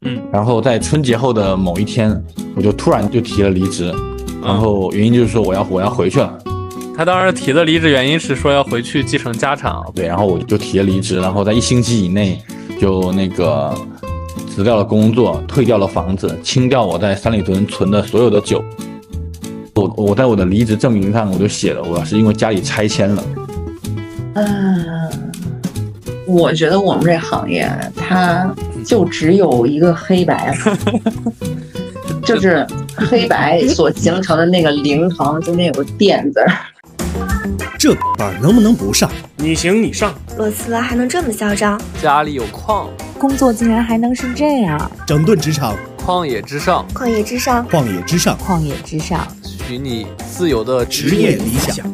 然后在春节后的某一天，我就突然就提了离职，然后原因就是说我要回去了。 他当时提的离职原因是说要回去继承家产。 对，然后我就提了离职，然后在1星期以内就那个辞掉了工作，退掉了房子，清掉我在三里屯存的所有的酒。我在我的离职证明上我就写了，我是因为家里拆迁了。 我觉得我们这行业它就只有一个黑白，就是黑白所形成的那个零行中间有个电字。 这班能不能不上？ 你行你上。 裸辞了还能这么嚣张？ 家里有矿， 工作竟然还能是这样？ 整顿职场， 旷野之上， 旷野之上， 旷野之上， 旷野之上， 许你自由的职业理想。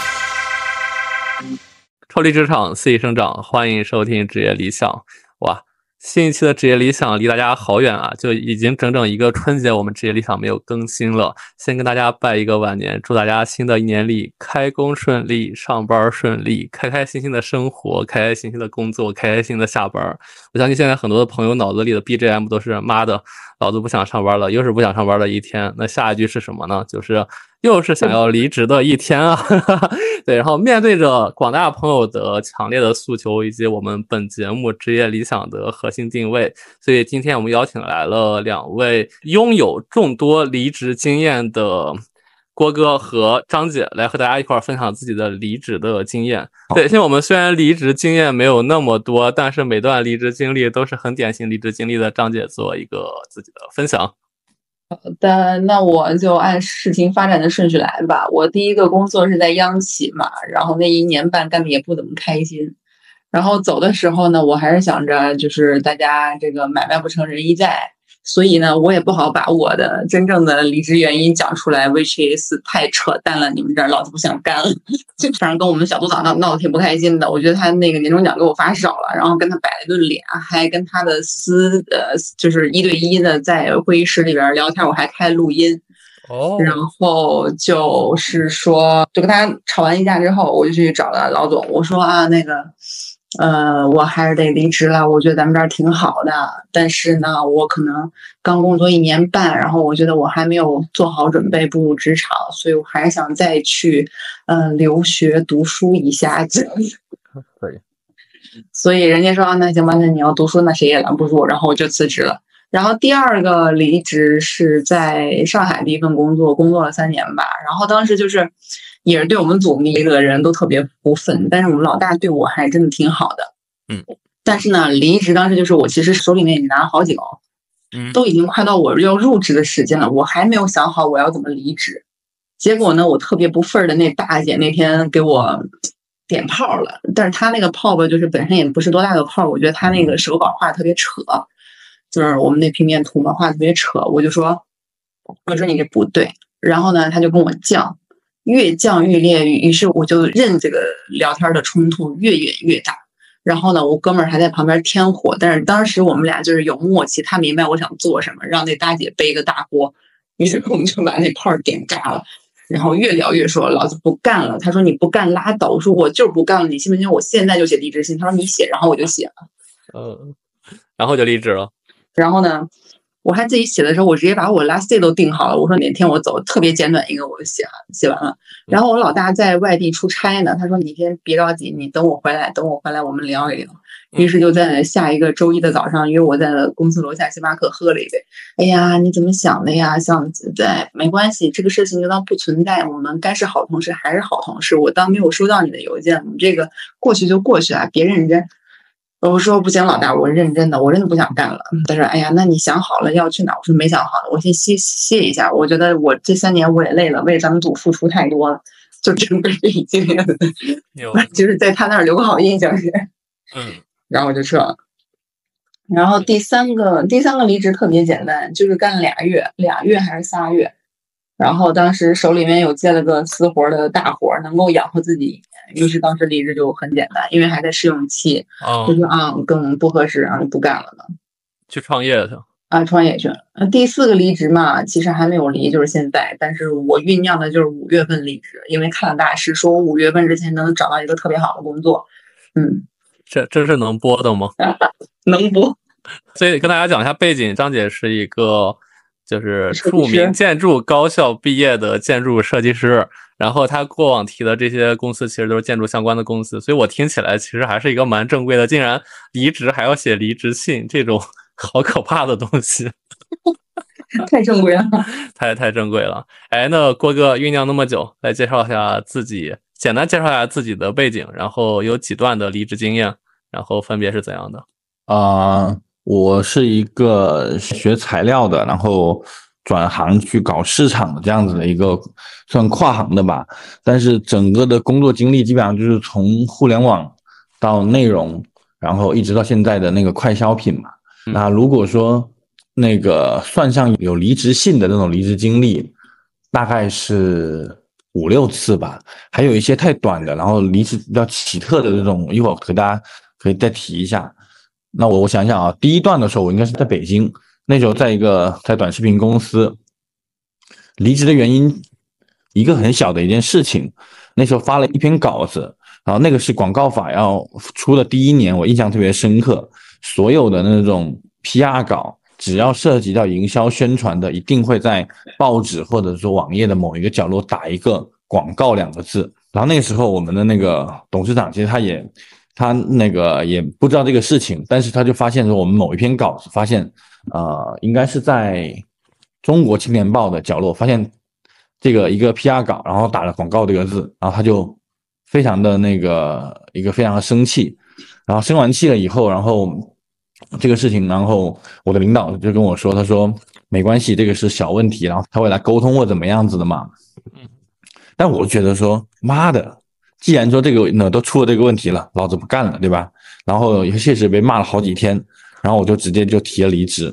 抽离职场，肆意生长，欢迎收听职业理想。哇，新一期的职业理想离大家好远啊，就已经整整一个春节我们职业理想没有更新了。先跟大家拜一个晚年，祝大家新的一年里开工顺利，上班顺利，开开心心的生活，开开心心的工作，开开心心的下班。我相信现在很多的朋友脑子里的 BGM 都是妈的老子不想上班了，又是不想上班的一天。那下一句是什么呢？就是又是想要离职的一天啊。对，然后面对着广大朋友的强烈的诉求以及我们本节目职业理想的核心定位，所以今天我们邀请来了2位拥有众多离职经验的郭哥和张姐来和大家一块分享自己的离职的经验。对，现在我们虽然离职经验没有那么多，但是每段离职经历都是很典型离职经历的。张姐做一个自己的分享。 好的，那我就按事情发展的顺序来吧。我第一个工作是在央企嘛，然后那1年半干的也不怎么开心。然后走的时候呢，我还是想着就是大家这个买卖不成仁义在，所以呢，我也不好把我的真正的离职原因讲出来 ，which is 太扯淡了，你们这儿老子不想干了。就反正跟我们小组长闹得挺不开心的。我觉得他那个年终奖给我发少了，然后跟他摆了一顿脸，还跟他的就是1对1的在会议室里边聊天，我还开录音。然后就是说，就跟他吵完一架之后，我就去找了老总，我说啊，那个。我还是得离职了。我觉得咱们这儿挺好的，但是呢，我可能刚工作1年半，然后我觉得我还没有做好准备步入职场，所以我还想再去留学读书一下子。 可以。 所以人家说那行吧，那你要读书，那谁也拦不住，然后我就辞职了。然后第二个离职是在上海的一份工作，工作了3年吧。然后当时就是也是对我们组离的人都特别不忿，但是我们老大对我还真的挺好的。但是呢，离职当时就是我其实手里面已经拿了好几个，都已经快到我要入职的时间了，我还没有想好我要怎么离职。结果呢，我特别不忿的那大姐那天给我点炮了，但是她那个炮吧，就是本身也不是多大的炮，我觉得她那个手稿画的特别扯。就是我们那平面图嘛，画特别扯，我说你这不对，然后呢，他就跟我犟，越犟越烈，于是我就任这个聊天的冲突越演越大。然后呢，我哥们儿还在旁边添火，但是当时我们俩就是有默契，他明白我想做什么，让那大姐背个大锅，于是我们就把那炮点炸了。然后越聊越说老子不干了，他说你不干拉倒，我说我就是不干了，你信不信我现在就写离职信？他说你写，然后我就写了， 然后就离职了。 然后呢，我还自己写的时候，我直接把我 last day 都定好了。我说哪天我走，特别简短一个，我就写完了。然后我老大在外地出差呢，他说你先别着急，你等我回来我们聊一聊。于是就在下一个周一的早上约我在公司楼下星巴克喝了一杯。哎呀，你怎么想的呀？想对，没关系，这个事情就当不存在，我们该是好同事还是好同事。我当没有收到你的邮件，你这个过去就过去了，别认真。我说不行，老大，我认真的，我真的不想干了。他说，哎呀，那你想好了要去哪？我说没想好呢，我先歇一下。我觉得我这3年我也累了，为咱们组付出太多了，就整个这一经验，就是在他那儿留个好印象是。然后我就撤了。然后第三个离职特别简单，就是干了2月还是3月。然后当时手里面有接了个私活的大活，能够养活自己1年，于是当时离职就很简单，因为还在试用期，就说跟我们不合适，然后就不干了嘛， 去创业去创业去了。第4个离职嘛，其实还没有离，就是现在，但是我酝酿的就是5月份离职，因为看了大师说我5月份之前能找到一个特别好的工作。 这是能播的吗？ 能播。 所以跟大家讲一下背景，张姐是一个就是设计著名师建筑高校毕业的建筑设计师，然后她过往提的这些公司其实都是建筑相关的公司，所以我听起来其实还是一个蛮正规的，竟然离职还要写离职信，这种好可怕的东西。 太正规了。 太正规了。哎，那郭哥酝酿那么久，来介绍一下自己，简单介绍一下自己的背景，然后有几段的离职经验，然后分别是怎样的？ 我是一个学材料的，然后转行去搞市场的这样子的一个算跨行的吧，但是整个的工作经历基本上就是从互联网到内容，然后一直到现在的那个快消品嘛。那如果说那个算上有离职信的那种离职经历，大概是5-6次吧，还有一些太短的，然后离职比较奇特的这种，一会儿和大家可以再提一下。那我想想啊，第一段的时候我应该是在北京，那时候在短视频公司，离职的原因一个很小的一件事情，那时候发了一篇稿子，然后那个是广告法要出的第1年，我印象特别深刻，所有的那种 PR 稿只要涉及到营销宣传的，一定会在报纸或者说网页的某一个角落打一个广告2个字。然后那个时候我们的那个董事长其实他那个也不知道这个事情，但是他就发现说我们某一篇稿子发现应该是在中国青年报的角落发现这个一个 PR 稿，然后打了广告这个字，然后他就非常的非常的生气，然后生完气了以后，然后这个事情，然后我的领导就跟我说，他说没关系，这个是小问题，然后他会来沟通或怎么样子的嘛。但我觉得说妈的，既然说这个呢都出了这个问题了，老子不干了，对吧？然后也确实被骂了好几天，然后我就直接就提了离职。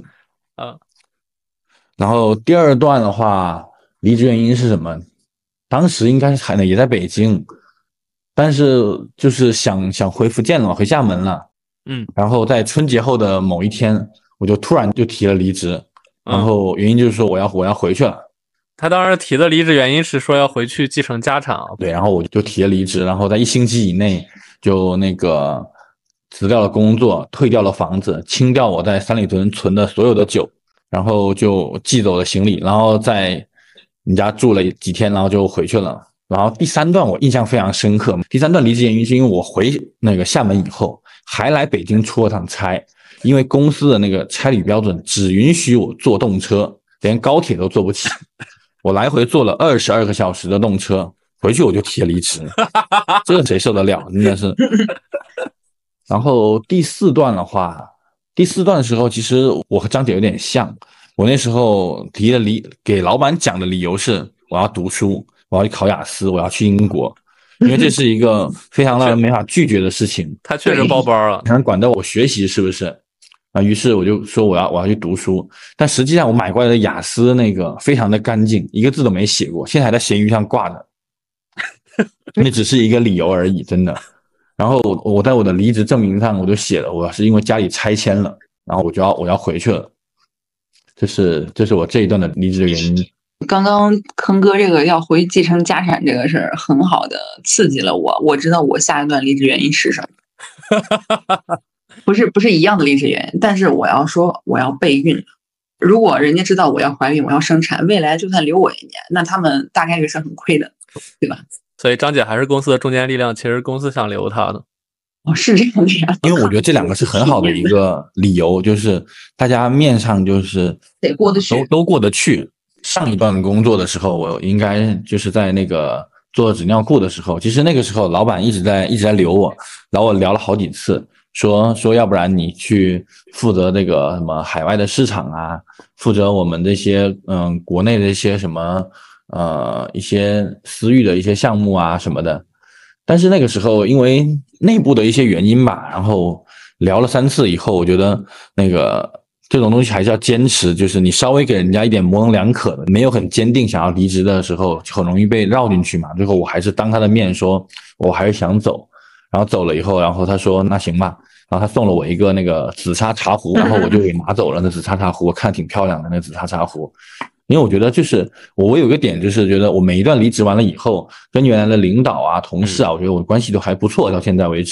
然后第二段的话，离职原因是什么？当时应该是也在北京，但是就是想回福建了，回厦门了。然后在春节后的某一天，我就突然就提了离职，然后原因就是说我要回去了。 他当时提的离职原因是说要回去继承家产。 对，然后我就提了离职，然后在1星期以内就辞掉了工作，退掉了房子，清掉我在三里屯存的所有的酒，然后就寄走了行李，然后在你家住了几天，然后就回去了。然后第3段我印象非常深刻，第3段离职原因是因为我回厦门以后还来北京出了趟差，因为公司的那个差旅标准只允许我坐动车，连高铁都坐不起，我来回坐了22个小时的动车，回去我就提了离职，这谁受得了，真的是。然后第4段的话，第4段的时候其实我和张姐有点像，我那时候给老板讲的理由是我要读书，我要去考雅思，我要去英国，因为这是一个非常让人没法拒绝的事情。 他确实包包了， 想管到我学习是不是啊？于是我就说我要去读书，但实际上我买过来的雅思那个非常的干净，一个字都没写过，现在还在闲鱼上挂着，那只是一个理由而已，真的。然后我在我的离职证明上我就写了，我是因为家里拆迁了，然后我要回去了。这是我这一段的离职的原因。 刚刚坑哥这个要回继承家产这个事儿，很好的刺激了我。我知道我下一段离职原因是什么，不是一样的离职原因，但是我要说我要备孕。如果人家知道我要怀孕，我要生产，未来就算留我1年，那他们大概率是很亏的，对吧？ 所以张姐还是公司的中坚力量，其实公司想留她的。 是这样的呀。 因为我觉得这2个是很好的一个理由，就是大家面上就是得过得去， 都过得去。上一段工作的时候，我应该就是在那个做纸尿裤的时候，其实那个时候老板一直在留我，然后我聊了好几次，说要不然你去负责这个什么海外的市场啊，负责我们这些国内的一些什么一些私域的一些项目啊什么的。但是那个时候因为内部的一些原因吧，然后聊了3次以后，我觉得这种东西还是要坚持，就是你稍微给人家一点模棱两可的，没有很坚定想要离职的时候，就很容易被绕进去嘛。最后我还是当他的面说我还是想走，然后走了以后，然后他说那行吧，然后他送了我一个那个紫砂茶壶，然后我就给拿走了那紫砂茶壶，我看挺漂亮的那紫砂茶壶。因为我觉得就是我有一个点，就是觉得我每一段离职完了以后，跟原来的领导啊同事啊，我觉得我关系都还不错，到现在为止。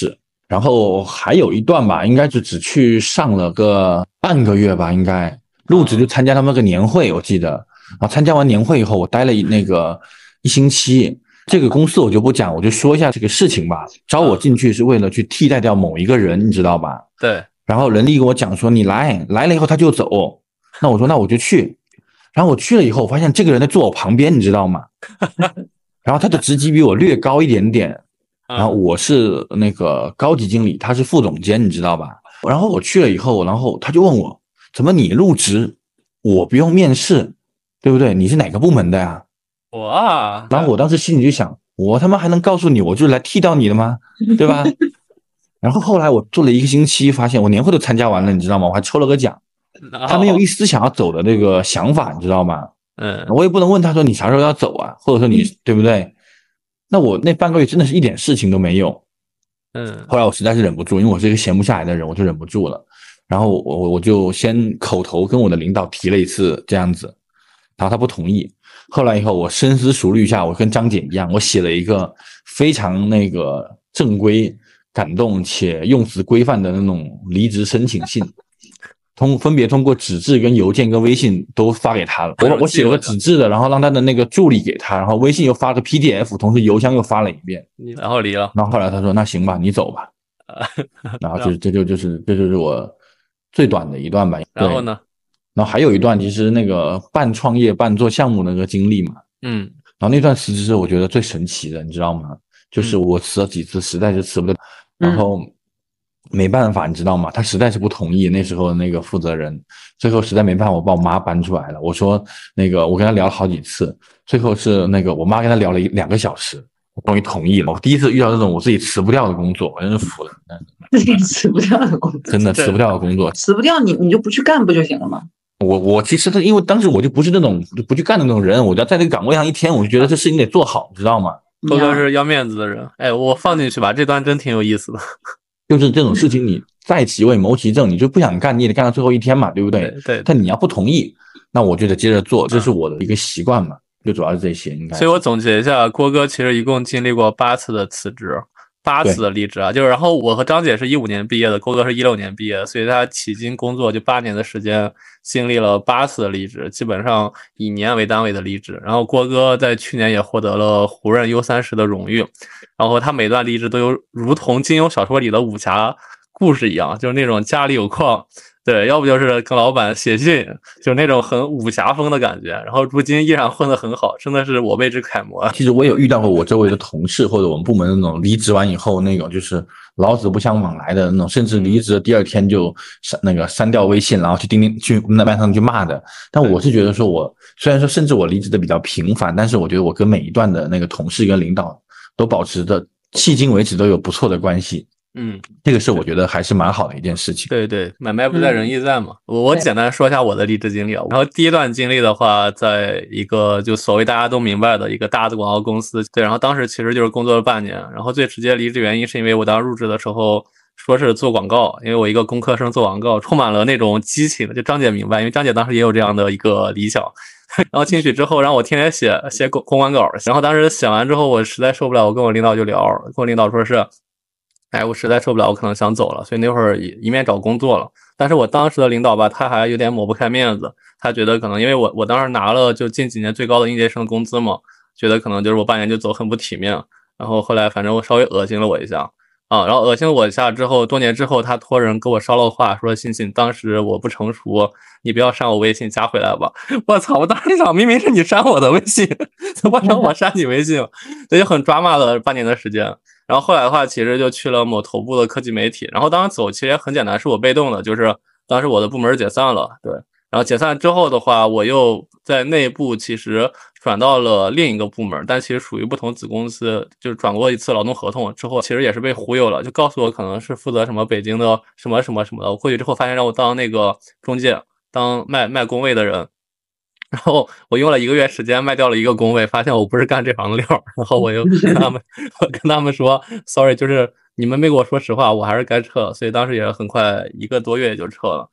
然后还有一段吧，应该就只去上了个半个月吧，应该入职就参加他们那个年会，我记得。然后参加完年会以后，我待了一星期。这个公司我就不讲，我就说一下这个事情吧。招我进去是为了去替代掉某一个人，你知道吧？ 对。 然后人力跟我讲说，你来了以后他就走。那我说那我就去。然后我去了以后，我发现这个人在坐我旁边，你知道吗？然后他的职级比我略高一点点。然后我是那个高级经理，他是副总监，你知道吧？然后我去了以后，然后他就问我，怎么你入职我不用面试，对不对？你是哪个部门的呀？ 哇！ 然后我当时心里就想，我他妈还能告诉你我就是来替到你的吗？对吧？然后后来我做了1个星期，发现我年会都参加完了，你知道吗？我还抽了个奖，他没有一丝想要走的那个想法，你知道吗？我也不能问他说你啥时候要走啊，或者说你对不对？那我那半个月真的是一点事情都没有。后来我实在是忍不住，因为我是一个闲不下来的人，我就忍不住了。然后我就先口头跟我的领导提了一次这样子，然后他不同意。后来以后我深思熟虑一下，我跟张姐一样，我写了一个非常那个正规、感动且用词规范的那种离职申请信。分别通过纸质跟邮件跟微信都发给他了。我写了个纸质的，然后让他的那个助理给他，然后微信又发个 PDF， 同时邮箱又发了一遍。 然后离了。 然后后来他说那行吧，你走吧。然后这就是我最短的一段吧。 然后呢？ 然后还有一段其实那个半创业半做项目那个经历嘛。然后那段辞职是我觉得最神奇的，你知道吗？就是我辞了几次实在是辞不得，然后没办法，你知道吗？他实在是不同意，那时候那个负责人，最后实在没办法，我把我妈搬出来了。我说那个我跟他聊了好几次，最后是那个我妈跟他聊了2个小时，我终于同意了。我第一次遇到这种我自己辞不掉的工作，我真是服了。 自己辞不掉的工作， 真的辞不掉的工作， 辞不掉你就不去干不就行了吗？ 我其实因为当时我就不是那种不去干的那种人，我要在这个岗位上一天，我就觉得这事情得做好，你知道吗？ 豆哥是要面子的人，哎，我放进去吧，这段真挺有意思的。 就是这种事情，你在其位谋其政，你就不想干，你也得干到最后一天嘛，对不对？ 对。 但你要不同意，那我就得接着做，这是我的一个习惯嘛，就主要是这些。应该。 所以我总结一下，郭哥其实一共经历过8次的辞职，8次的离职啊。就是然后我和张姐是15年毕业的，郭哥是16年毕业的，所以他迄今工作就8年的时间，经历了8次的离职，基本上以年为单位的离职。然后郭哥在去年也获得了湖人 U30的荣誉。然后他每段离职都有如同金庸小说里的武侠故事一样，就是那种家里有矿，对，要不就是跟老板写信，就是那种很武侠风的感觉。然后如今依然混得很好，真的是我辈之楷模。 其实我有遇到过我周围的同事或者我们部门的那种离职完以后那种就是老死不相往来的那种，甚至离职的第2天就删掉微信，然后去那班上去骂的。但我是觉得说，我虽然说甚至我离职的比较频繁，但是我觉得我跟每一段的那个同事跟领导都保持着迄今为止都有不错的关系。这个是我觉得还是蛮好的一件事情。 对对，买卖不在仁义在嘛。我简单说一下我的离职经历啊。然后第一段经历的话，在一个就所谓大家都明白的一个大的广告公司，对，然后当时其实就是工作了半年，然后最直接离职原因是因为我当时入职的时候说是做广告，因为我一个工科生做广告充满了那种激情的，就张姐明白，因为张姐当时也有这样的一个理想。然后进去之后让我天天写公关稿，然后当时写完之后我实在受不了，我跟我领导就聊，跟我领导说是我实在受不了，我可能想走了，所以那会儿一面找工作了。但是我当时的领导吧，他还有点抹不开面子，他觉得可能因为我当时拿了就近几年最高的应届生工资嘛，觉得可能就是我半年就走很不体面。然后后来反正我稍微恶心了我一下然后恶心了我一下之后，多年之后他托人给我捎了话，说欣欣当时我不成熟，你不要删我微信，加回来吧。我操，我当时想明明是你删我的微信，怎么让我删你微信？所以很抓马的半年的时间。然后后来的话其实就去了某头部的科技媒体，然后当时走其实也很简单，是我被动的，就是当时我的部门解散了，对，然后解散之后的话我又在内部其实转到了另一个部门，但其实属于不同子公司，就是转过一次劳动合同之后其实也是被忽悠了，就告诉我可能是负责什么北京的什么什么什么的，我过去之后发现让我当那个中介，当卖工位的人。然后我用了1个月时间卖掉了1个工位，发现我不是干这行的料，然后我跟他们说 sorry， 就是你们没跟我说实话，我还是该撤了，所以当时也很快1个多月就撤了。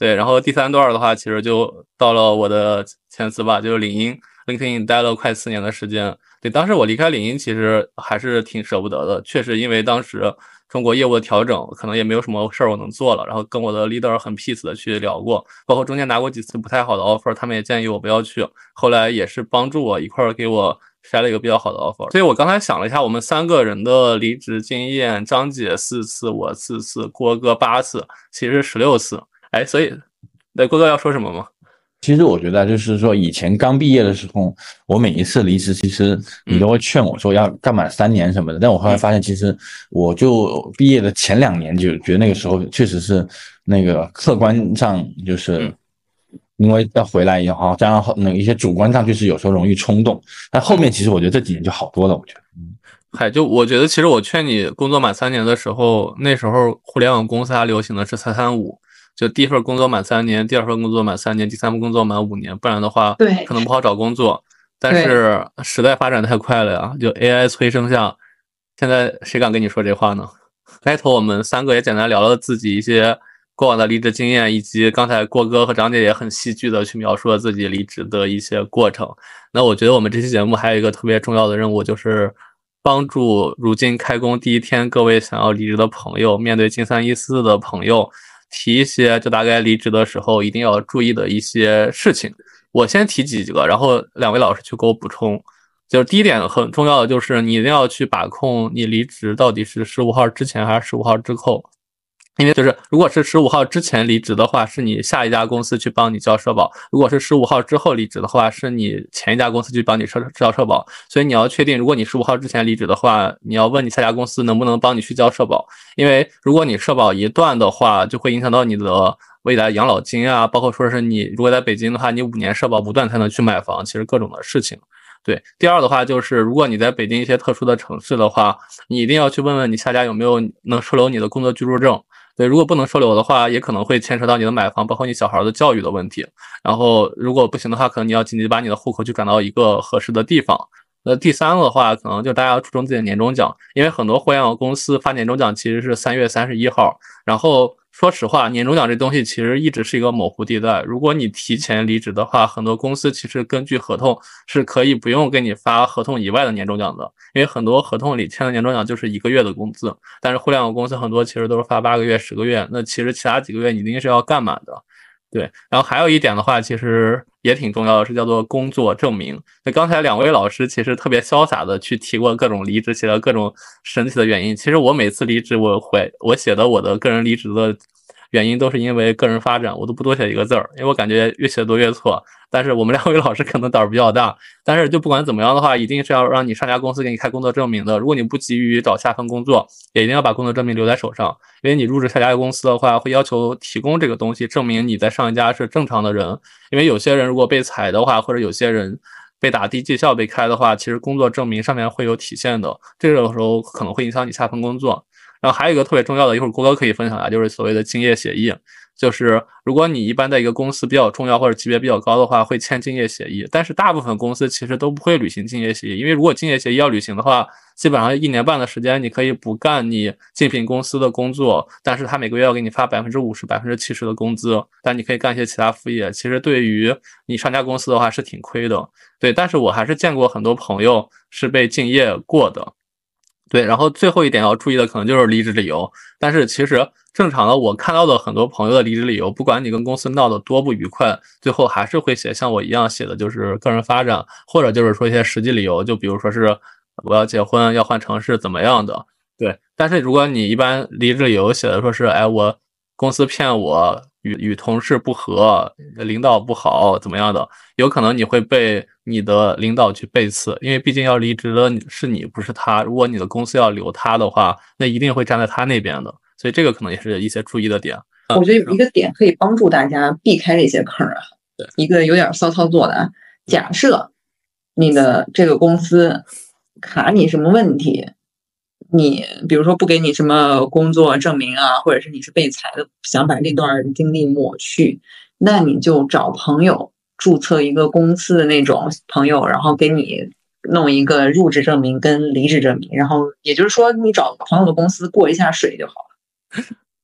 对，然后第3段的话，其实就到了我的前司吧，就是领英 LinkedIn 待了快4年的时间。对，当时我离开领英其实还是挺舍不得的，确实因为当时中国业务的调整，可能也没有什么事儿我能做了，然后跟我的 leader 很 peace 的去聊过，包括中间拿过几次不太好的 offer， 他们也建议我不要去，后来也是帮助我一块儿给我筛了一个比较好的 offer。 所以我刚才想了一下，我们3个人的离职经验，张姐4次，我4次，郭哥8次，其实16次。哎，所以对，郭哥要说什么吗？ 其实我觉得就是说，以前刚毕业的时候，我每一次离职，其实你都会劝我说要干满3年什么的。但我后来发现，其实我就毕业的前2年就觉得那个时候确实是那个客观上就是因为要回来也好，加上那一些主观上就是有时候容易冲动。但后面其实我觉得这几年就好多了，我觉得。 就我觉得其实我劝你工作满3年的时候，那时候互联网公司还流行的是335。就第一份工作满3年，第二份工作满3年，第三份工作满5年，不然的话对可能不好找工作。但是时代发展太快了呀，就 AI 催生下，现在谁敢跟你说这话呢？开头我们3个也简单聊了自己一些过往的离职经验，以及刚才郭哥和张姐也很戏剧的去描述了自己离职的一些过程。那我觉得我们这期节目还有一个特别重要的任务，就是帮助如今开工第1天各位想要离职的朋友，面对金3一4的朋友，提一些就大概离职的时候一定要注意的一些事情。我先提几个，然后2位老师去给我补充。就是第一点很重要的就是你一定要去把控你离职到底是15号之前还是15号之后。因为就是如果是15号之前离职的话，是你下一家公司去帮你交社保；如果是15号之后离职的话，是你前一家公司去帮你交社保。所以你要确定，如果你15号之前离职的话，你要问你下家公司能不能帮你去交社保。因为如果你社保一断的话，就会影响到你的未来养老金啊，包括说是你如果在北京的话，你5年社保不断才能去买房，其实各种的事情。对，第二的话就是，如果你在北京一些特殊的城市的话，你一定要去问问你下家有没有能收留你的工作居住证。对，如果不能收留的话，也可能会牵扯到你的买房，包括你小孩的教育的问题。然后如果不行的话，可能你要紧急把你的户口去转到一个合适的地方。第3个的话，可能就大家要注重自己的年终奖，因为很多互联网公司发年终奖其实是3月31号。然后说实话，年终奖这东西其实一直是一个模糊地带。如果你提前离职的话，很多公司其实根据合同是可以不用给你发合同以外的年终奖的，因为很多合同里签的年终奖就是1个月的工资，但是互联网公司很多其实都是发8个月、10个月，那其实其他几个月你一定是要干满的。对，然后还有一点的话，其实也挺重要的，是叫做工作证明。那刚才2位老师其实特别潇洒的去提过各种离职，写了各种神奇的原因。其实我每次离职，我写的我的个人离职的原因都是因为个人发展，我都不多写一个字儿，因为我感觉越写多越错。但是我们2位老师可能胆儿比较大，但是就不管怎么样的话，一定是要让你上家公司给你开工作证明的。如果你不急于找下份工作，也一定要把工作证明留在手上，因为你入职下家公司的话，会要求提供这个东西，证明你在上一家是正常的人。因为有些人如果被裁的话，或者有些人被打低绩效被开的话，其实工作证明上面会有体现的，这个时候可能会影响你下份工作。然后还有一个特别重要的，一会儿郭哥可以分享一下，就是所谓的竞业协议。就是如果你一般在一个公司比较重要或者级别比较高的话，会签竞业协议，但是大部分公司其实都不会履行竞业协议。因为如果竞业协议要履行的话，基本上1年半的时间你可以不干你竞品公司的工作，但是他每个月要给你发 50%、70% 的工资，但你可以干一些其他副业，其实对于你上家公司的话是挺亏的。对，但是我还是见过很多朋友是被竞业过的。对，然后最后一点要注意的可能就是离职理由。但是其实正常的，我看到的很多朋友的离职理由，不管你跟公司闹得多不愉快，最后还是会写像我一样写的，就是个人发展，或者就是说一些实际理由，就比如说是我要结婚、要换城市怎么样的。对，但是如果你一般离职理由写的说是，哎，我公司骗我，与同事不和，领导不好怎么样的，有可能你会被你的领导去背刺，因为毕竟要离职的是你，不是他。如果你的公司要留他的话，那一定会站在他那边的，所以这个可能也是一些注意的点。 我觉得有一个点可以帮助大家避开这些坑啊，一个有点骚操作的啊。假设你的这个公司卡你什么问题，你比如说不给你什么工作证明啊，或者是你是被裁的，想把这段经历抹去，那你就找朋友注册一个公司的那种朋友，然后给你弄一个入职证明跟离职证明，然后也就是说你找朋友的公司过一下水就好了。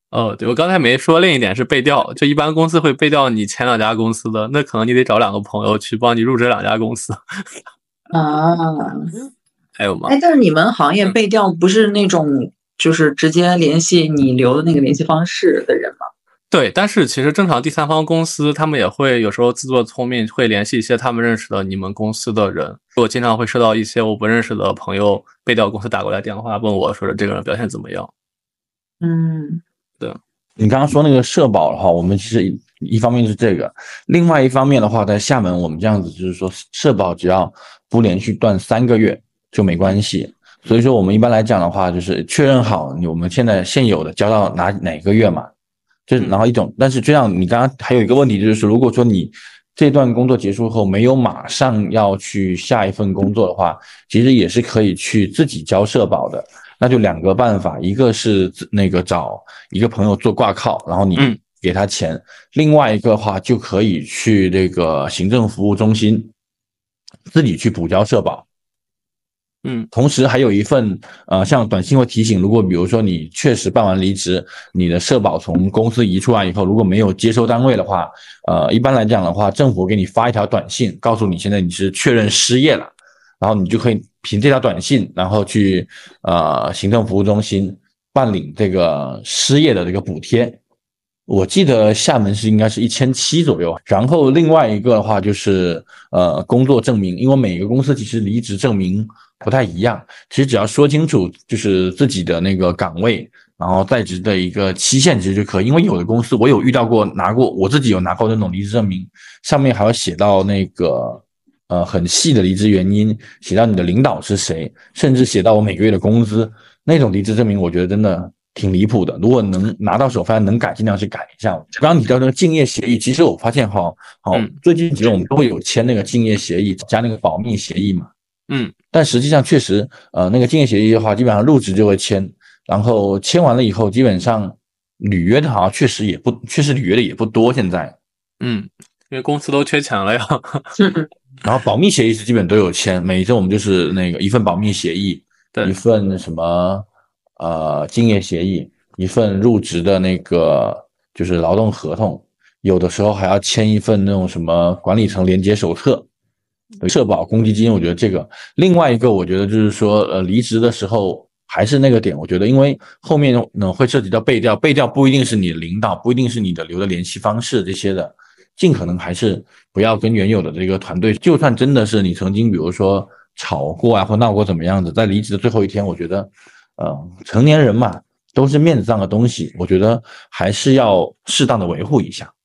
哦，对，我刚才没说，另一点是背调，就一般公司会背调你前2家公司的，那可能你得找2个朋友去帮你入职2家公司。 啊， 还有吗？ 哎，但是你们行业背调不是那种就是直接联系你留的那个联系方式的人吗？ 对，但是其实正常第三方公司他们也会有时候自作聪明，会联系一些他们认识的你们公司的人。我经常会收到一些我不认识的朋友背调公司打过来电话问我说这个人表现怎么样。 嗯， 对， 你刚刚说那个社保的话，我们其实一方面是这个，另外一方面的话，在厦门我们这样子就是说，社保只要不连续断3个月就没关系。所以说我们一般来讲的话，就是确认好我们现有的交到哪个月嘛。然后一种，但是这样你刚刚还有一个问题就是，如果说你这段工作结束后没有马上要去下一份工作的话，其实也是可以去自己交社保的。那就2个办法，一个是那个找一个朋友做挂靠，然后你给他钱，另外一个的话就可以去这个行政服务中心自己去补交社保。同时还有一份像短信会提醒，如果比如说你确实办完离职，你的社保从公司移出来以后，如果没有接收单位的话，一般来讲的话，政府给你发一条短信，告诉你现在你是确认失业了，然后你就可以凭这条短信，然后去行政服务中心办理这个失业的这个补贴。我记得厦门应该是1700左右，然后另外一个的话就是工作证明，因为每个公司其实离职证明不太一样，其实只要说清楚就是自己的那个岗位，然后在职的一个期限其实就可以。因为有的公司我有遇到过我自己有拿过那种离职证明，上面还要写到那个很细的离职原因，写到你的领导是谁，甚至写到我每个月的工资。那种离职证明我觉得真的挺离谱的，如果能拿到手，反正能改尽量去改一下。刚刚你提到那个竞业协议，其实我发现最近几年我们都会有签那个竞业协议加那个保密协议嘛。但实际上确实那个竞业协议的话，基本上入职就会签，然后签完了以后，基本上履约的好像确实履约的也不多现在。 因为公司都缺钱了呀。 然后保密协议是基本都有签，每一次我们就是那个一份保密协议，一份什么竞业协议，一份入职的那个就是劳动合同，有的时候还要签一份那种什么管理层连结手册。社保公积金我觉得这个，另外一个我觉得就是说离职的时候还是那个点，我觉得因为后面呢会涉及到背调不一定是你的领导，不一定是你的留的联系方式这些的，尽可能还是不要跟原有的这个团队，就算真的是你曾经比如说吵过啊或闹过怎么样子，在离职的最后一天，我觉得成年人嘛都是面子上的东西，我觉得还是要适当的维护一下。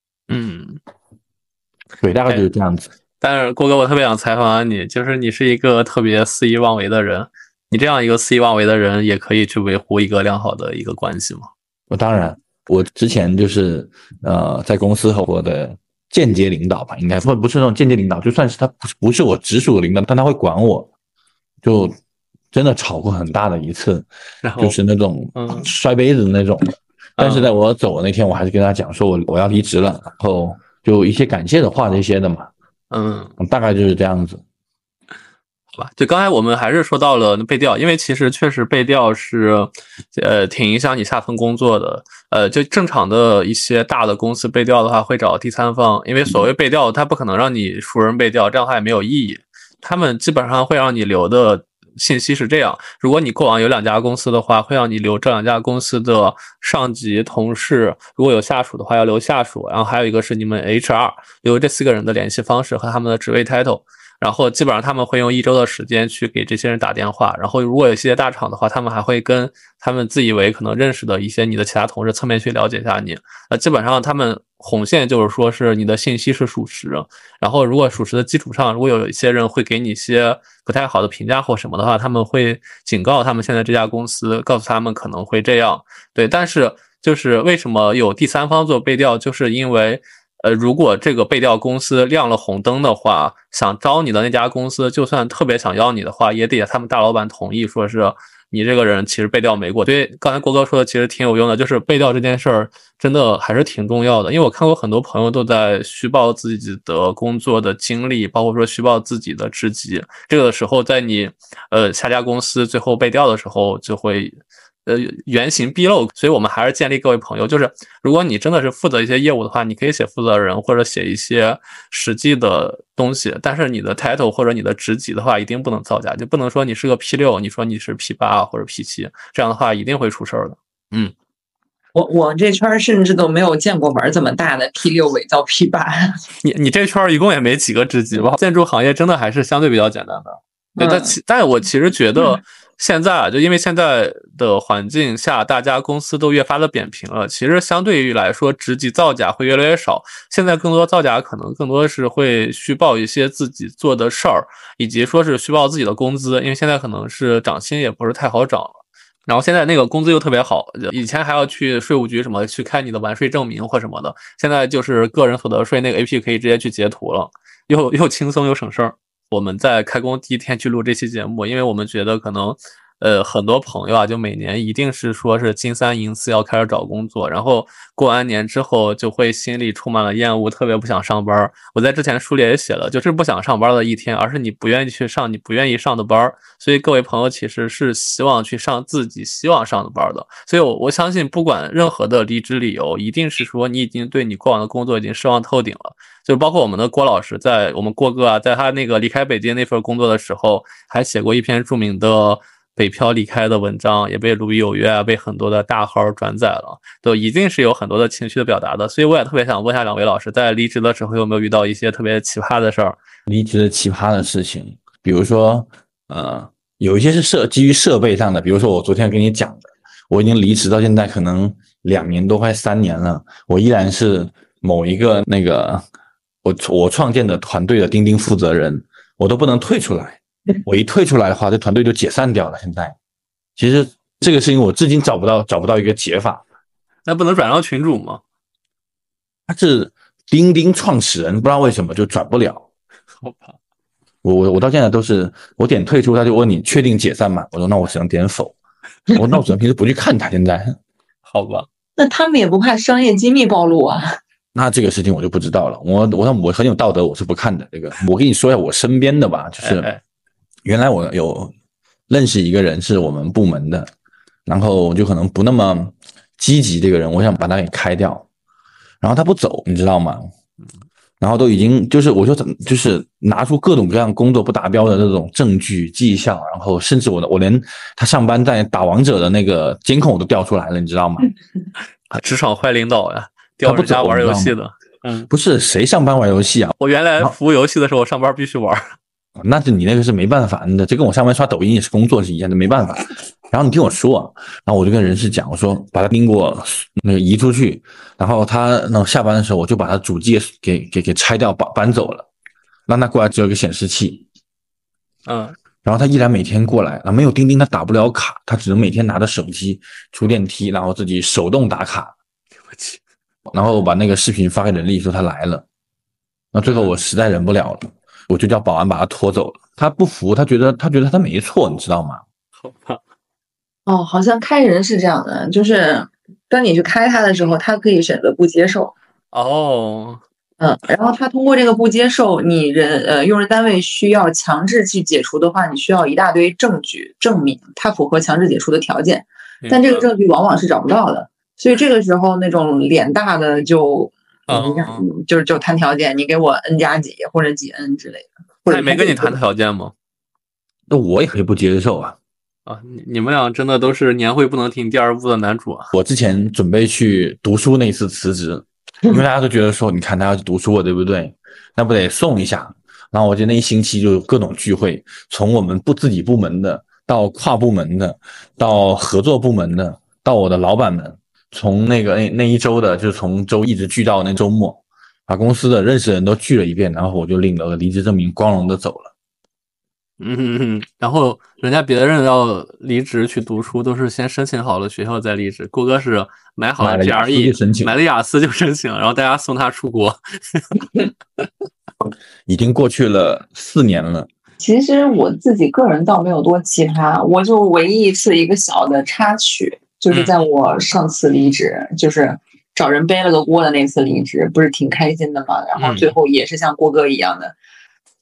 对，大概就是这样子。 但是郭哥，我特别想采访你，就是你是一个特别肆意妄为的人，你这样一个肆意妄为的人，也可以去维护一个良好的一个关系吗？ 当然，我之前就是在公司和我的间接领导吧，应该不是那种间接领导，就算是他不是我直属的领导，但他会管我，就真的吵过很大的一次，就是那种摔杯子的那种。但是在我走的那天，我还是跟他讲说我要离职了，然后就一些感谢的话这些的嘛。大概就是这样子。 好吧，就刚才我们还是说到了背调，因为其实确实背调是挺影响你下份工作的。就正常的一些大的公司背调的话会找第三方，因为所谓背调它不可能让你熟人背调，这样的话也没有意义。他们基本上会让你留的信息是这样，如果你过往有2家公司的话，会让你留这2家公司的上级同事，如果有下属的话要留下属，然后还有一个是你们 HR 留这4个人的联系方式和他们的职位 title， 然后基本上他们会用1周的时间去给这些人打电话，然后如果有些大厂的话，他们还会跟他们自以为可能认识的一些你的其他同事侧面去了解一下你，基本上他们红线就是说是你的信息是属实，然后如果属实的基础上，如果有一些人会给你一些不太好的评价或什么的话，他们会警告他们现在这家公司，告诉他们可能会这样。对，但是就是为什么有第三方做背调，就是因为如果这个背调公司亮了红灯的话，想招你的那家公司就算特别想要你的话，也得他们大老板同意，说是你这个人其实背调没过。所以刚才郭哥说的其实挺有用的，就是背调这件事儿真的还是挺重要的。因为我看过很多朋友都在虚报自己的工作的经历，包括说虚报自己的职级，这个时候在你下家公司最后背调的时候就会原形毕露，所以我们还是建议各位朋友，就是如果你真的是负责一些业务的话，你可以写负责人或者写一些实际的东西，但是你的 title 或者你的职级的话，一定不能造假，就不能说你是个 P6，你说你是 P8或者 P7，这样的话一定会出事儿的。 我这圈甚至都没有见过玩这么大的 P6 伪造 P8。 你这圈一共也没几个职级吧？建筑行业真的还是相对比较简单的。对，但我其实觉得现在就因为现在的环境下，大家公司都越发的扁平了，其实相对于来说，职级造假会越来越少。现在更多造假可能更多是会虚报一些自己做的事儿，以及说是虚报自己的工资，因为现在可能是涨薪也不是太好涨了。然后现在那个工资又特别好，以前还要去税务局什么去开你的完税证明或什么的，现在就是个人所得税那个 APP 可以直接去截图了，又轻松又省事儿。我们在开工第一天去录这期节目，因为我们觉得可能很多朋友啊，就每年一定是说是金3银4要开始找工作，然后过完年之后就会心里充满了厌恶，特别不想上班。我在之前书里也写了，就是不想上班的一天，而是你不愿意去上你不愿意上的班。所以各位朋友其实是希望去上自己希望上的班的。所以我相信不管任何的离职理由，一定是说你已经对你过往的工作已经失望透顶了。就包括我们的郭老师，在我们郭哥啊，在他那个离开北京那份工作的时候，还写过一篇著名的北漂离开的文章，也被鲁豫有约啊，被很多的大号转载了，都一定是有很多的情绪的表达的。所以我也特别想问一下两位老师，在离职的时候有没有遇到一些特别奇葩的事儿？ 离职的奇葩的事情，比如说有一些是基于设备上的，比如说我昨天跟你讲的，我已经离职到现在可能2年多快3年了，我依然是某一个那个我创建的团队的钉钉负责人，我都不能退出来。我一退出来的话，这团队就解散掉了。现在，其实这个事情我至今找不到一个解法。 那不能转让群主吗？ 他是钉钉创始人，不知道为什么就转不了。 好吧， 我到现在都是我点退出，他就问你确定解散吗？我说那我只能点否。那我只能平时不去看他。现在， 好吧， 那他们也不怕商业机密暴露啊？ 那这个事情我就不知道了。我很有道德，我是不看的。这个我跟你说一下我身边的吧，就是原来我有认识一个人是我们部门的，然后我就可能不那么积极，这个人我想把他给开掉，然后他不走，你知道吗？然后都已经就是我说就是拿出各种各样工作不达标的这种证据绩效，然后甚至我连他上班在打王者的那个监控我都调出来了，你知道吗？ 职场坏领导呀，调人家玩游戏的。 不是谁上班玩游戏啊？ 我原来服务游戏的时候，上班必须玩。 那是你那个是没办法的，这跟我上班刷抖音也是工作是一样的，没办法。然后你听我说，然后我就跟人事讲，我说把他拎过那个移出去，然后他那下班的时候我就把他主机给拆掉搬走了，让他过来只有一个显示器。然后他依然每天过来，没有钉钉他打不了卡，他只能每天拿着手机出电梯，然后自己手动打卡。然后把那个视频发给人力说他来了，那最后我实在忍不了了，我就叫保安把他拖走了。他不服，他觉得他没错，你知道吗？ 好吧。 哦，好像开人是这样的，就是当你去开他的时候，他可以选择不接受。 哦。 然后他通过这个不接受，你用人单位需要强制去解除的话，你需要一大堆证据证明他符合强制解除的条件，但这个证据往往是找不到的。所以这个时候那种脸大的就谈条件，你给我 N 加几或者几 N 之类的。 他也没跟你谈条件吗？ 那我也可以不接受啊。 你们俩真的都是年会不能停第2部的男主啊。 我之前准备去读书那次辞职，因为大家都觉得说你看他要去读书了，对不对？那不得送一下。然后我觉得那一星期就各种聚会，从我们自己部门的到跨部门的到合作部门的到我的老板们，从那一周的，就是从周一直聚到那周末，把公司的认识的人都聚了一遍，然后我就领了个离职证明，光荣的走了。 然后人家别人要离职去读书，都是先申请好了学校再离职。郭哥是买好了 GRE， 买了雅思就申请，然后大家送他出国。 已经过去了4年了。 其实我自己个人倒没有多奇葩，我就唯一一次一个小的插曲，就是在我上次离职，就是找人背了个锅的那次离职，不是挺开心的吗？然后最后也是像郭哥一样的，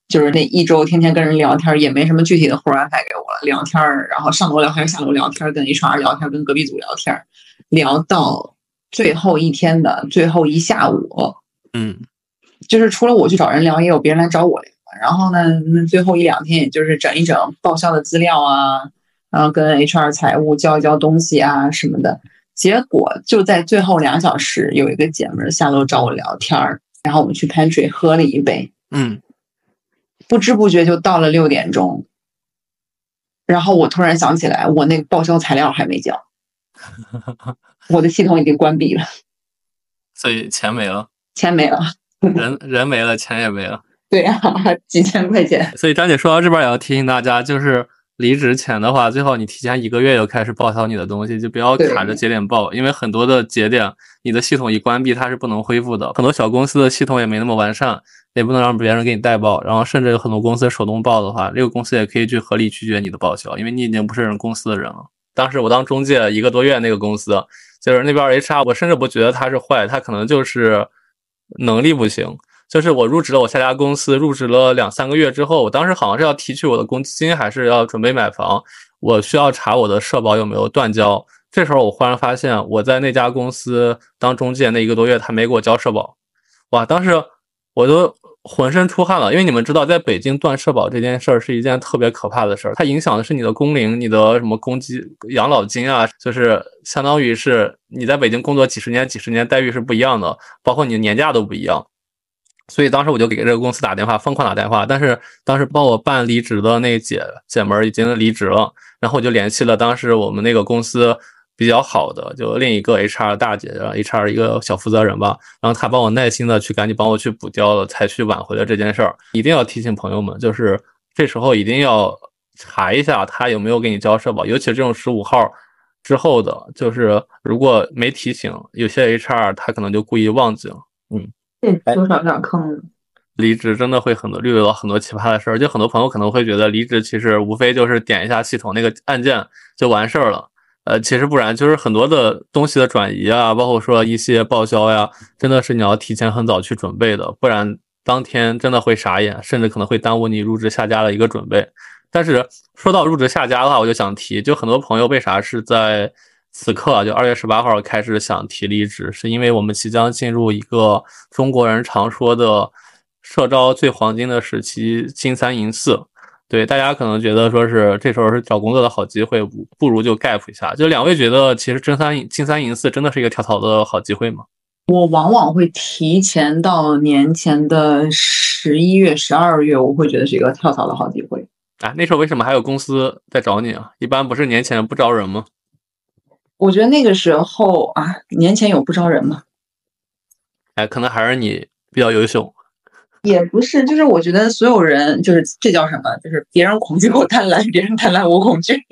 就是那一周天天跟人聊天，也没什么具体的活安排给我了，聊天，然后上楼聊天，下楼聊天，跟 HR 聊天，跟隔壁组聊天，聊到最后一天的最后一下午，就是除了我去找人聊，也有别人来找我聊。然后呢，最后1-2天，也就是整一整报销的资料啊，然后跟 HR 财务交一交东西啊什么的。结果就在最后2小时，有一个姐们下楼找我聊天，然后我们去 pantry 喝了一杯，不知不觉就到了6点钟。然后我突然想起来，我那个报销材料还没交，我的系统已经关闭了， 所以钱没了， 钱没了， 人没了，钱也没了。 对啊，几千块钱。 所以张姐说到这边也要提醒大家，就是离职前的话，最好你提前1个月就开始报销你的东西，就不要卡着节点报，因为很多的节点你的系统一关闭它是不能恢复的。很多小公司的系统也没那么完善，也不能让别人给你代报，然后甚至有很多公司手动报的话，这个公司也可以去合理拒绝你的报销，因为你已经不是人公司的人了。当时我当中介1个多月，那个公司就是那边 HR， 我甚至不觉得他是坏，他可能就是能力不行。就是我入职了我下家公司，入职了2-3个月之后，我当时好像是要提取我的公积金，还是要准备买房，我需要查我的社保有没有断交。这时候我忽然发现我在那家公司当中介那1个多月，他没给我交社保。哇，当时我都浑身出汗了，因为你们知道在北京断社保这件事儿是一件特别可怕的事儿，它影响的是你的工龄，你的什么公积养老金啊，就是相当于是你在北京工作几十年待遇是不一样的，包括你的年假都不一样。所以当时我就给这个公司打电话，疯狂打电话，但是当时帮我办离职的那姐们已经离职了，然后我就联系了当时我们那个公司比较好的就另一个 HR 大姐 HR 一个小负责人吧，然后她帮我耐心的去赶紧帮我去补交了，才去挽回了这件事儿。一定要提醒朋友们，就是这时候一定要查一下他有没有给你交社保，尤其这种15号之后的，就是如果没提醒，有些 HR 他可能就故意忘记了。 这多少有点坑。 离职真的会遇到很多奇葩的事儿，就很多朋友可能会觉得离职其实无非就是点一下系统那个按键就完事儿了，其实不然，就是很多的东西的转移啊，包括说一些报销呀，真的是你要提前很早去准备的，不然当天真的会傻眼，甚至可能会耽误你入职下家的一个准备。但是说到入职下家的话，我就想提，就很多朋友为啥是在此刻就2月18号开始想提离职，是因为我们即将进入一个中国人常说的社招最黄金的时期，金3银4。对，大家可能觉得说是这时候是找工作的好机会，不如就 gap 一下。就2位觉得其实金3银4真的是一个跳槽的好机会吗？ 我往往会提前到年前的11月、12月，我会觉得是一个跳槽的好机会。 那时候为什么还有公司在找你啊？一般不是年前不招人吗？ 我觉得那个时候年前有不招人吗？ 可能还是你比较优秀。 也不是，就是我觉得所有人就是这叫什么？就是别人恐惧我贪婪，别人贪婪我恐惧。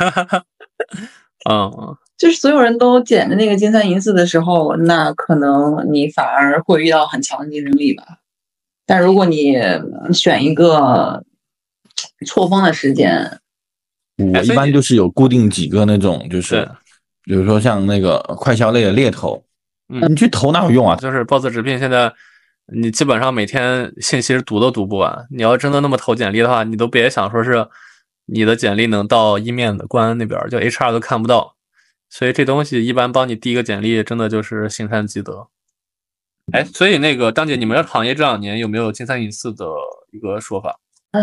就是所有人都捡着那个金3银4的时候，那可能你反而会遇到很强的竞争力吧。但如果你选一个错峰的时间， 我一般就是有固定几个那种，就是比如说像那个快销类的猎头，你去投哪有用啊？ 就是 Boss 直聘现在你基本上每天信息读都读不完，你要真的那么投简历的话，你都别想说是你的简历能到一面的官那边，就 HR 都看不到。所以这东西一般帮你递一个简历，真的就是行善积德。所以那个张姐，你们这行业这2年有没有金3银4的一个说法？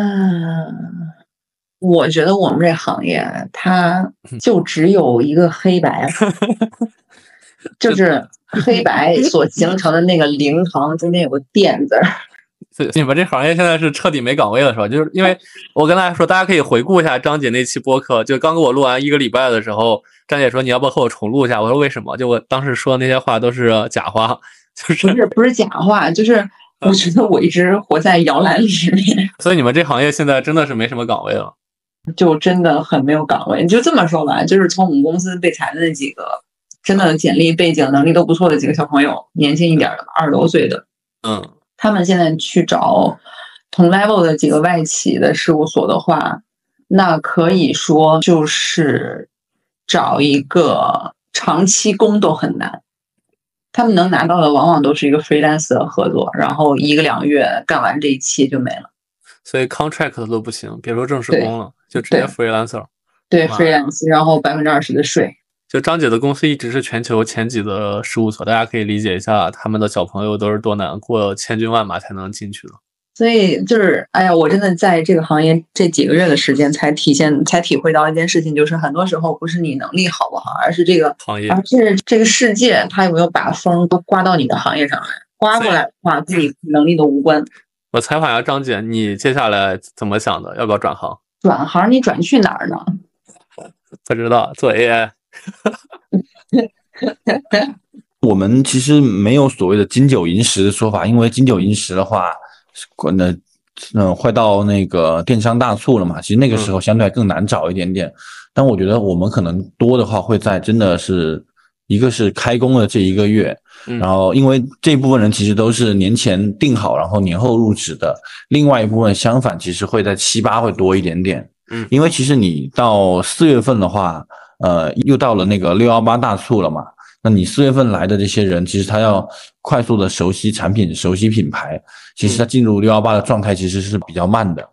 我觉得我们这行业它就只有一个黑白，就是黑白所形成的那个零行中间有个电字。 你们这行业现在是彻底没岗位了是吧？就是因为我跟大家说，大家可以回顾一下张姐那期播客，就刚给我录完1个礼拜的时候，张姐说你要不和我重录一下，我说为什么？就我当时说的那些话都是假话，就是不是假话，就是我觉得我一直活在摇篮里面。 所以你们这行业现在真的是没什么岗位了， 就真的很没有岗位。你就这么说吧，就是从我们公司被裁的那几个，真的简历背景能力都不错的几个小朋友，年轻一点的20多岁的，他们现在去找同 level 的几个外企的事务所的话，那可以说就是找一个长期工都很难。他们能拿到的往往都是一个 freelance 的合作，然后1个2月干完这一期就没了。 所以 contract 都不行，别说正式工了，就直接 freelancer。 对 freelance， 然后20%的税。 就张姐的公司一直是全球前几的事务所，大家可以理解一下他们的小朋友都是多难过千军万马才能进去的。 所以就是，哎呀，我真的在这个行业这几个月的时间才体会到一件事情，就是很多时候不是你能力好不好，而是这个行业， 而是这个世界它有没有把风都刮到你的行业上来，刮过来的话，自己能力都无关。 我采访一下张姐，你接下来怎么想的？要不要转行？ 转行你转去哪儿呢？ 不知道，做 AI。 我们其实没有所谓的金九银十的说法，因为金九银十的话，会到那个电商大促了嘛，其实那个时候相对更难找一点点。但我觉得我们可能多的话会在真的是一个是开工的这一个月，然后因为这部分人其实都是年前定好，然后年后入职的，另外一部分相反其实会在7、8会多一点点。因为其实你到4月份的话，又到了那个618大促了嘛，那你4月份来的这些人，其实他要快速的熟悉产品、熟悉品牌，其实他进入618的状态其实是比较慢的。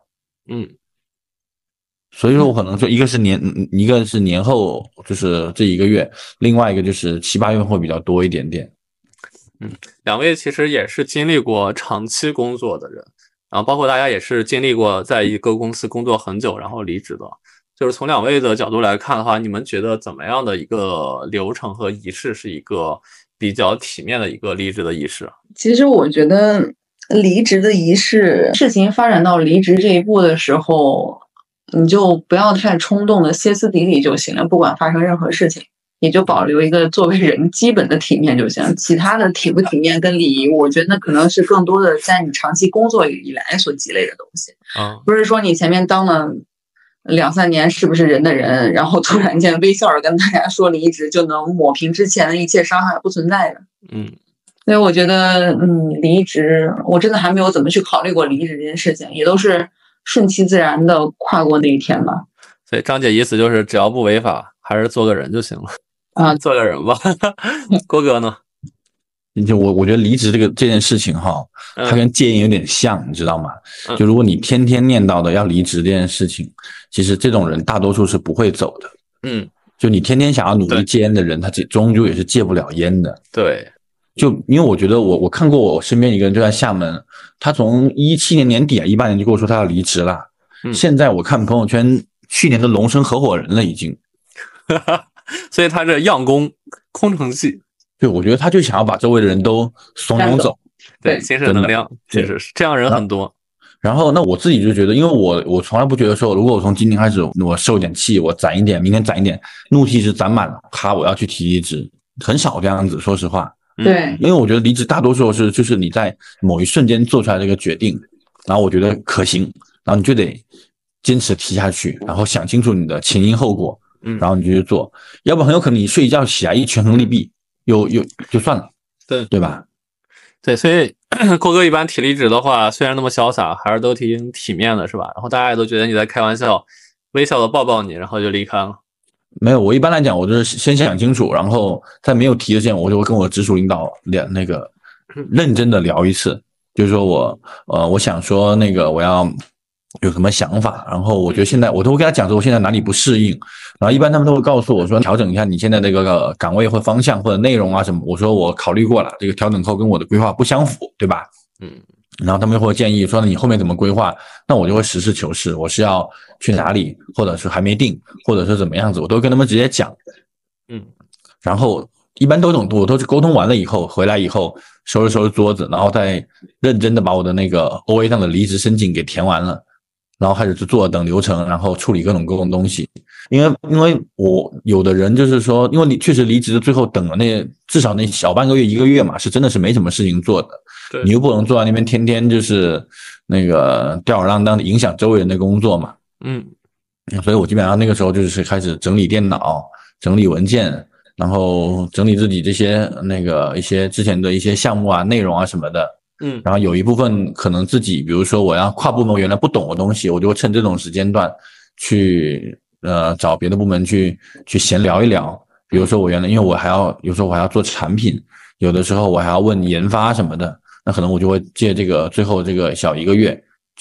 所以说我可能说一个是年后，就是这一个月，另外一个就是7、8月会比较多一点点。 两位其实也是经历过长期工作的人，然后包括大家也是经历过在一个公司工作很久然后离职的。就是从两位的角度来看的话，你们觉得怎么样的一个流程和仪式是一个比较体面的一个离职的仪式？ 其实我觉得离职的仪式，事情发展到离职这一步的时候，你就不要太冲动的歇斯底里就行了，不管发生任何事情，你就保留一个作为人基本的体面就行，其他的体不体面跟礼仪，我觉得可能是更多的在你长期工作以来所积累的东西。不是说你前面当了2、3年是不是人的人，然后突然间微笑着跟大家说离职就能抹平之前的一切伤害，不存在的。所以我觉得离职我真的还没有怎么去考虑过离职这件事情，也都是顺其自然的跨过那一天吧。 所以张姐意思就是只要不违法还是做个人就行了做个人吧。郭哥呢？ 就我觉得离职这件事情哈，它跟戒烟有点像，你知道吗？就如果你天天念叨的要离职这件事情，其实这种人大多数是不会走的。就你天天想要努力戒烟的人，他终究也是戒不了烟的。 对， 就因为我觉得我看过我身边一个人就在厦门，他从17年年底18年就跟我说他要离职了。现在我看朋友圈，去年的龙生合伙人了已经。 所以他这样工空城计。 对，我觉得他就想要把周围的人都怂恿走。 对，精神能量确实是这样，人很多。 然后那我自己就觉得，因为我从来不觉得说，如果我从今天开始我受一点气，我攒一点，明天攒一点，怒气是攒满了，我要去提离职，很少这样子，说实话。 对， 因为我觉得离职大多数就是你在某一瞬间做出来的一个决定，然后我觉得可行，然后你就得坚持提下去，然后想清楚你的前因后果，然后你就去做，要不很有可能你睡一觉起来一权衡利弊，就算了，对吧？ 对，所以郭哥一般提离职的话，虽然那么潇洒，还是都挺体面的，是吧？然后大家也都觉得你在开玩笑，微笑的抱抱你，然后就离开了。 没有，我一般来讲，我就是先想清楚，然后在没有提之前，我就会跟我直属领导那个认真的聊一次，就是说我想说那个我要有什么想法，然后我觉得现在我都会跟他讲说我现在哪里不适应，然后一般他们都会告诉我说调整一下你现在这个岗位或方向或者内容啊什么，我说我考虑过了，这个调整后跟我的规划不相符，对吧？然后他们会建议说你后面怎么规划，那我就会实事求是，我是要去哪里，或者是还没定，或者是怎么样子，我都会跟他们直接讲。然后一般我都是沟通完了以后回来以后收拾桌子，然后再认真的把我的那个 OA 上的离职申请给填完了，然后开始去做等流程，然后处理各种东西。因为我有的人就是说，因为你确实离职的最后等了至少那小半个月1个月嘛，是真的是没什么事情做的，你又不能坐在那边天天就是那个吊儿郎当的影响周围人的工作嘛。所以我基本上那个时候就是开始整理电脑，整理文件，然后整理自己这些一些之前的一些项目啊内容啊什么的。然后有一部分可能自己比如说我要跨部门原来不懂的东西，我就趁这种时间段去找别的部门去闲聊一聊。比如说因为有时候我还要做产品，有的时候我还要问研发什么的，那可能我就会借这个最后这个小1个月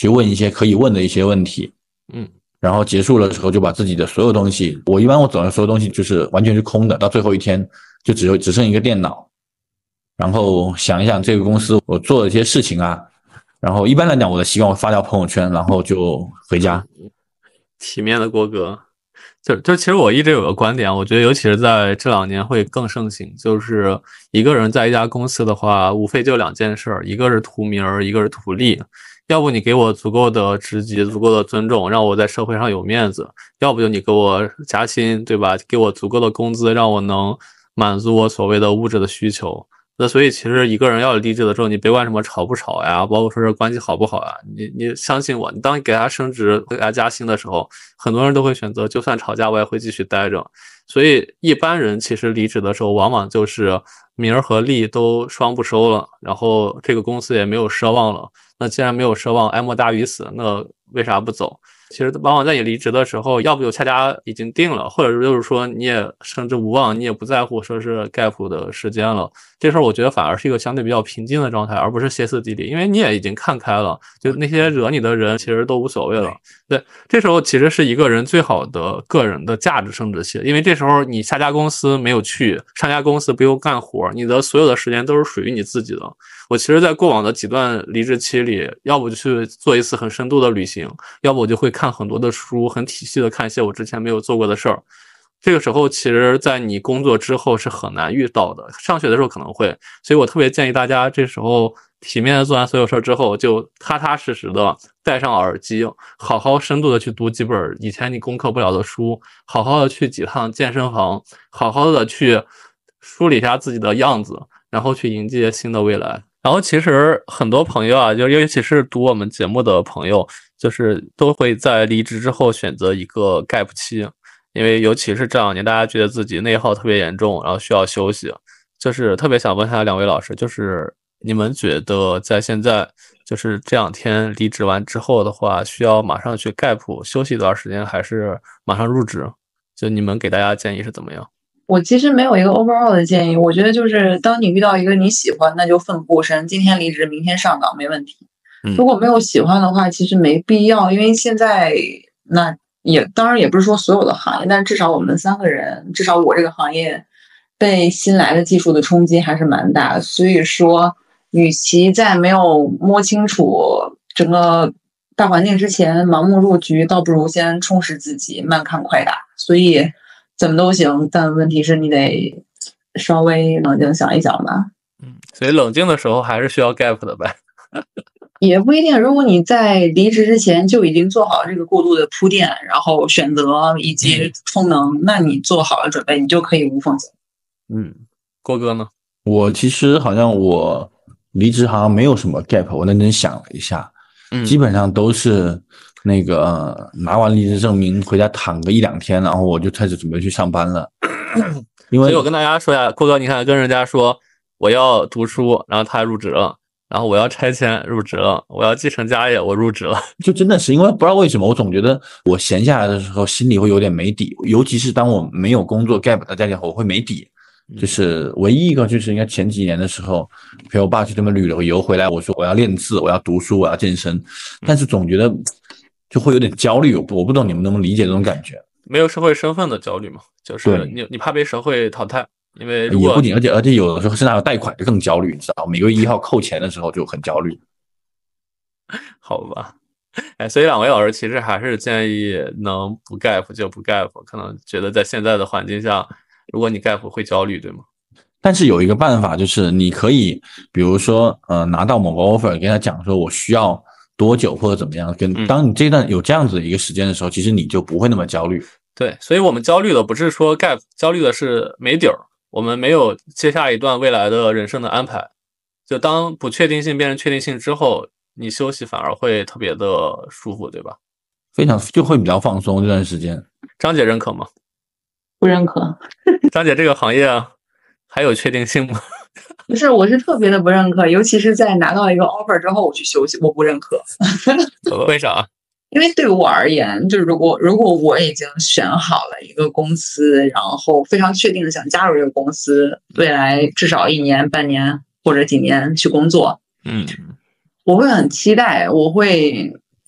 去问一些可以问的一些问题，然后结束了之后就把自己的所有东西，我一般我走的所有东西就是完全是空的，到最后一天就只剩一个电脑，然后想一想这个公司我做的一些事情啊，然后一般来讲我的习惯会发条朋友圈，然后就回家。 体面的郭哥。就其实我一直有个观点，我觉得尤其是在这2年会更盛行，就是一个人在一家公司的话，无非就2件事，一个是图名，一个是图利。要不你给我足够的职级、足够的尊重，让我在社会上有面子；要不就你给我加薪，对吧？给我足够的工资，让我能满足我所谓的物质的需求。那所以其实一个人要离职的时候，你别管什么吵不吵呀，包括说是关系好不好呀，你相信我，你当你给他升职、给他加薪的时候，很多人都会选择就算吵架我也会继续待着。所以一般人其实离职的时候，往往就是名和利都双不收了，然后这个公司也没有奢望了。那既然没有奢望，哀莫大于死，那为啥不走？其实往往在你离职的时候，要不就恰恰已经定了，或者就是说你也升职无望，你也不在乎说是 gap 的时间了。这时候我觉得反而是一个相对比较平静的状态，而不是歇斯底里，因为你也已经看开了，就那些惹你的人其实都无所谓了。对，这时候其实是一个人最好的个人的价值升值期，因为这时候你下家公司没有去，上家公司不用干活，你的所有的时间都是属于你自己的。我其实在过往的几段离职期里，要不就去做一次很深度的旅行，要不我就会看很多的书，很体系的看一些我之前没有做过的事儿。这个时候其实在你工作之后是很难遇到的，上学的时候可能会，所以我特别建议大家这时候体面的做完所有事儿之后，就踏踏实实的戴上耳机，好好深度的去读几本以前你攻克不了的书，好好的去几趟健身房，好好的去梳理一下自己的样子，然后去迎接新的未来。然后其实很多朋友啊，就尤其是读我们节目的朋友，就是都会在离职之后选择一个 gap 期，因为尤其是这2年大家觉得自己内耗特别严重，然后需要休息。就是特别想问一下2位老师，就是你们觉得在现在就是这2天离职完之后的话，需要马上去 gap 休息一段时间，还是马上入职？就你们给大家建议是怎么样？ 我其实没有一个 overall 的建议，我觉得就是当你遇到一个你喜欢，那就奋不顾身，今天离职，明天上岗没问题。如果没有喜欢的话，其实没必要，因为现在那也当然也不是说所有的行业，但至少我们3个人，至少我这个行业被新来的技术的冲击还是蛮大，所以说与其在没有摸清楚整个大环境之前盲目入局，倒不如先充实自己，慢看快打。所以怎么都行，但问题是你得稍微冷静想一想吧。 所以冷静的时候还是需要 gap 的呗。 也不一定，如果你在离职之前就已经做好这个过渡的铺垫，然后选择以及充能，那你做好了准备，你就可以无缝衔。 郭哥呢？ 我其实好像我离职好像没有什么 gap， 我认真想了一下，基本上都是那个拿完离职证明回家躺个1-2天，然后我就开始准备去上班了。因为所以我跟大家说呀，郭哥，你看跟人家说我要读书，然后他入职了，然后我要拆迁入职了，我要继承家业我入职了， 就真的是因为不知道为什么，我总觉得我闲下来的时候心里会有点没底，尤其是当我没有工作 gap 的在家我会没底。就是唯一一个就是应该前几年的时候陪我爸去这么旅了游回来，我说我要练字，我要读书，我要健身，但是总觉得就会有点焦虑，我不懂你们能不能理解这种感觉。 没有社会身份的焦虑嘛，就是你怕被社会淘汰，因为如果也不仅而且有的时候身上有贷款就更焦虑，你知道每个月1号扣钱的时候就很焦虑。 好吧，所以2位老师其实还是建议能不 gap 就不 gap， 可能觉得在现在的环境下，如果你 gap 会焦虑，对吗？ 但是有一个办法，就是你可以比如说拿到某个 offer 跟他讲说我需要多久或者怎么样，当你这段有这样子的一个时间的时候，其实你就不会那么焦虑。 对，所以我们焦虑的不是说 gap， 焦虑的是没底儿，我们没有接下一段未来的人生的安排。就当不确定性变成确定性之后，你休息反而会特别的舒服，对吧？ 非常就会比较放松这段时间。 张姐认可吗？ 不认可。 张姐这个行业还有确定性吗？ 不是，我是特别的不认可，尤其是在拿到一个 offer 之后我去休息，我不认可。 为啥？ 因为对我而言，就是如果我已经选好了一个公司，然后非常确定的想加入这个公司，未来至少1年、半年或者几年去工作，我会很期待，我会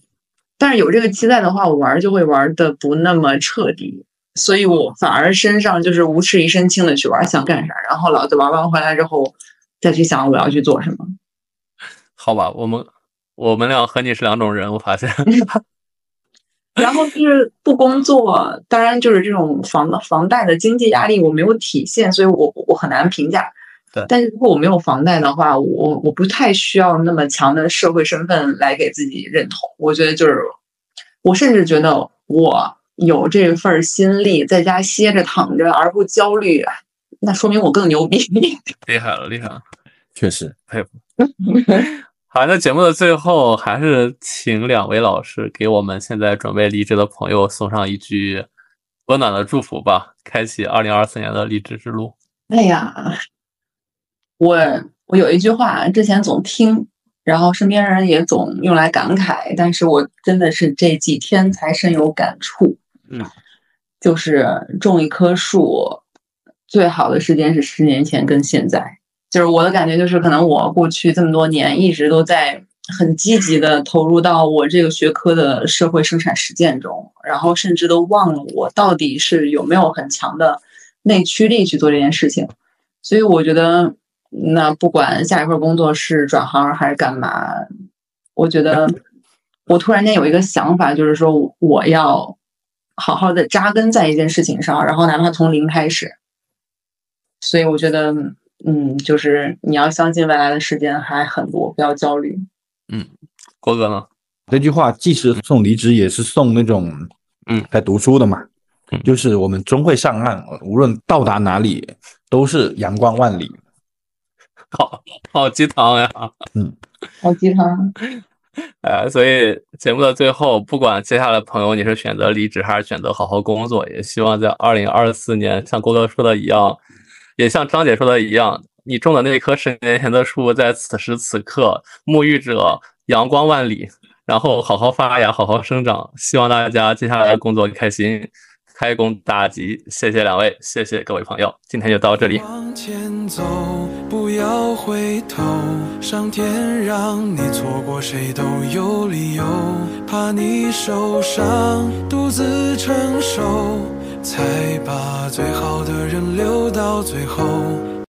但是有这个期待的话，我玩就会玩的不那么彻底，所以我反而身上就是无事一身轻的去玩，想干啥，然后老子玩完回来之后再去想我要去做什么。 好吧，我们俩和你是两种人，我发现。 然后就是不工作，当然就是这种房贷的经济压力我没有体现，所以我很难评价。 对， 但是如果我没有房贷的话，我不太需要那么强的社会身份来给自己认同。我觉得就是，我甚至觉得我有这份心力，在家歇着躺着而不焦虑，那说明我更牛逼。 厉害了，厉害了， 确实佩服。好，那节目的最后还是请两位老师给我们现在准备离职的朋友送上一句温暖的祝福吧，开启2024年的离职之路。 哎呀，我有一句话之前总听，然后身边人也总用来感慨，但是我真的是这几天才深有感触。就是种一棵树最好的时间是10年前跟现在。就是我的感觉就是可能我过去这么多年一直都在很积极的投入到我这个学科的社会生产实践中，然后甚至都忘了我到底是有没有很强的内驱力去做这件事情。所以我觉得那不管下一份工作是转行还是干嘛，我觉得我突然间有一个想法，就是说我要好好的扎根在一件事情上，然后哪怕从零开始。所以我觉得就是你要相信未来的时间还很多，不要焦虑。 郭哥呢？ 这句话既是送离职，也是送那种在读书的嘛。就是我们终会上岸，无论到达哪里都是阳光万里。 好鸡汤呀！ 好鸡汤。 所以节目的最后，不管接下来的朋友你是选择离职还是选择好好工作，也希望在2024年像郭哥说的一样，也像张姐说的一样，你种的那棵10年前的树在此时此刻沐浴着阳光万里，然后好好发芽，好好生长。希望大家接下来工作开心，开工大吉。谢谢两位，谢谢各位朋友，今天就到这里。 往前走，不要回头，上天让你错过谁都有理由，怕你受伤独自承受，才把最好的人留到最后。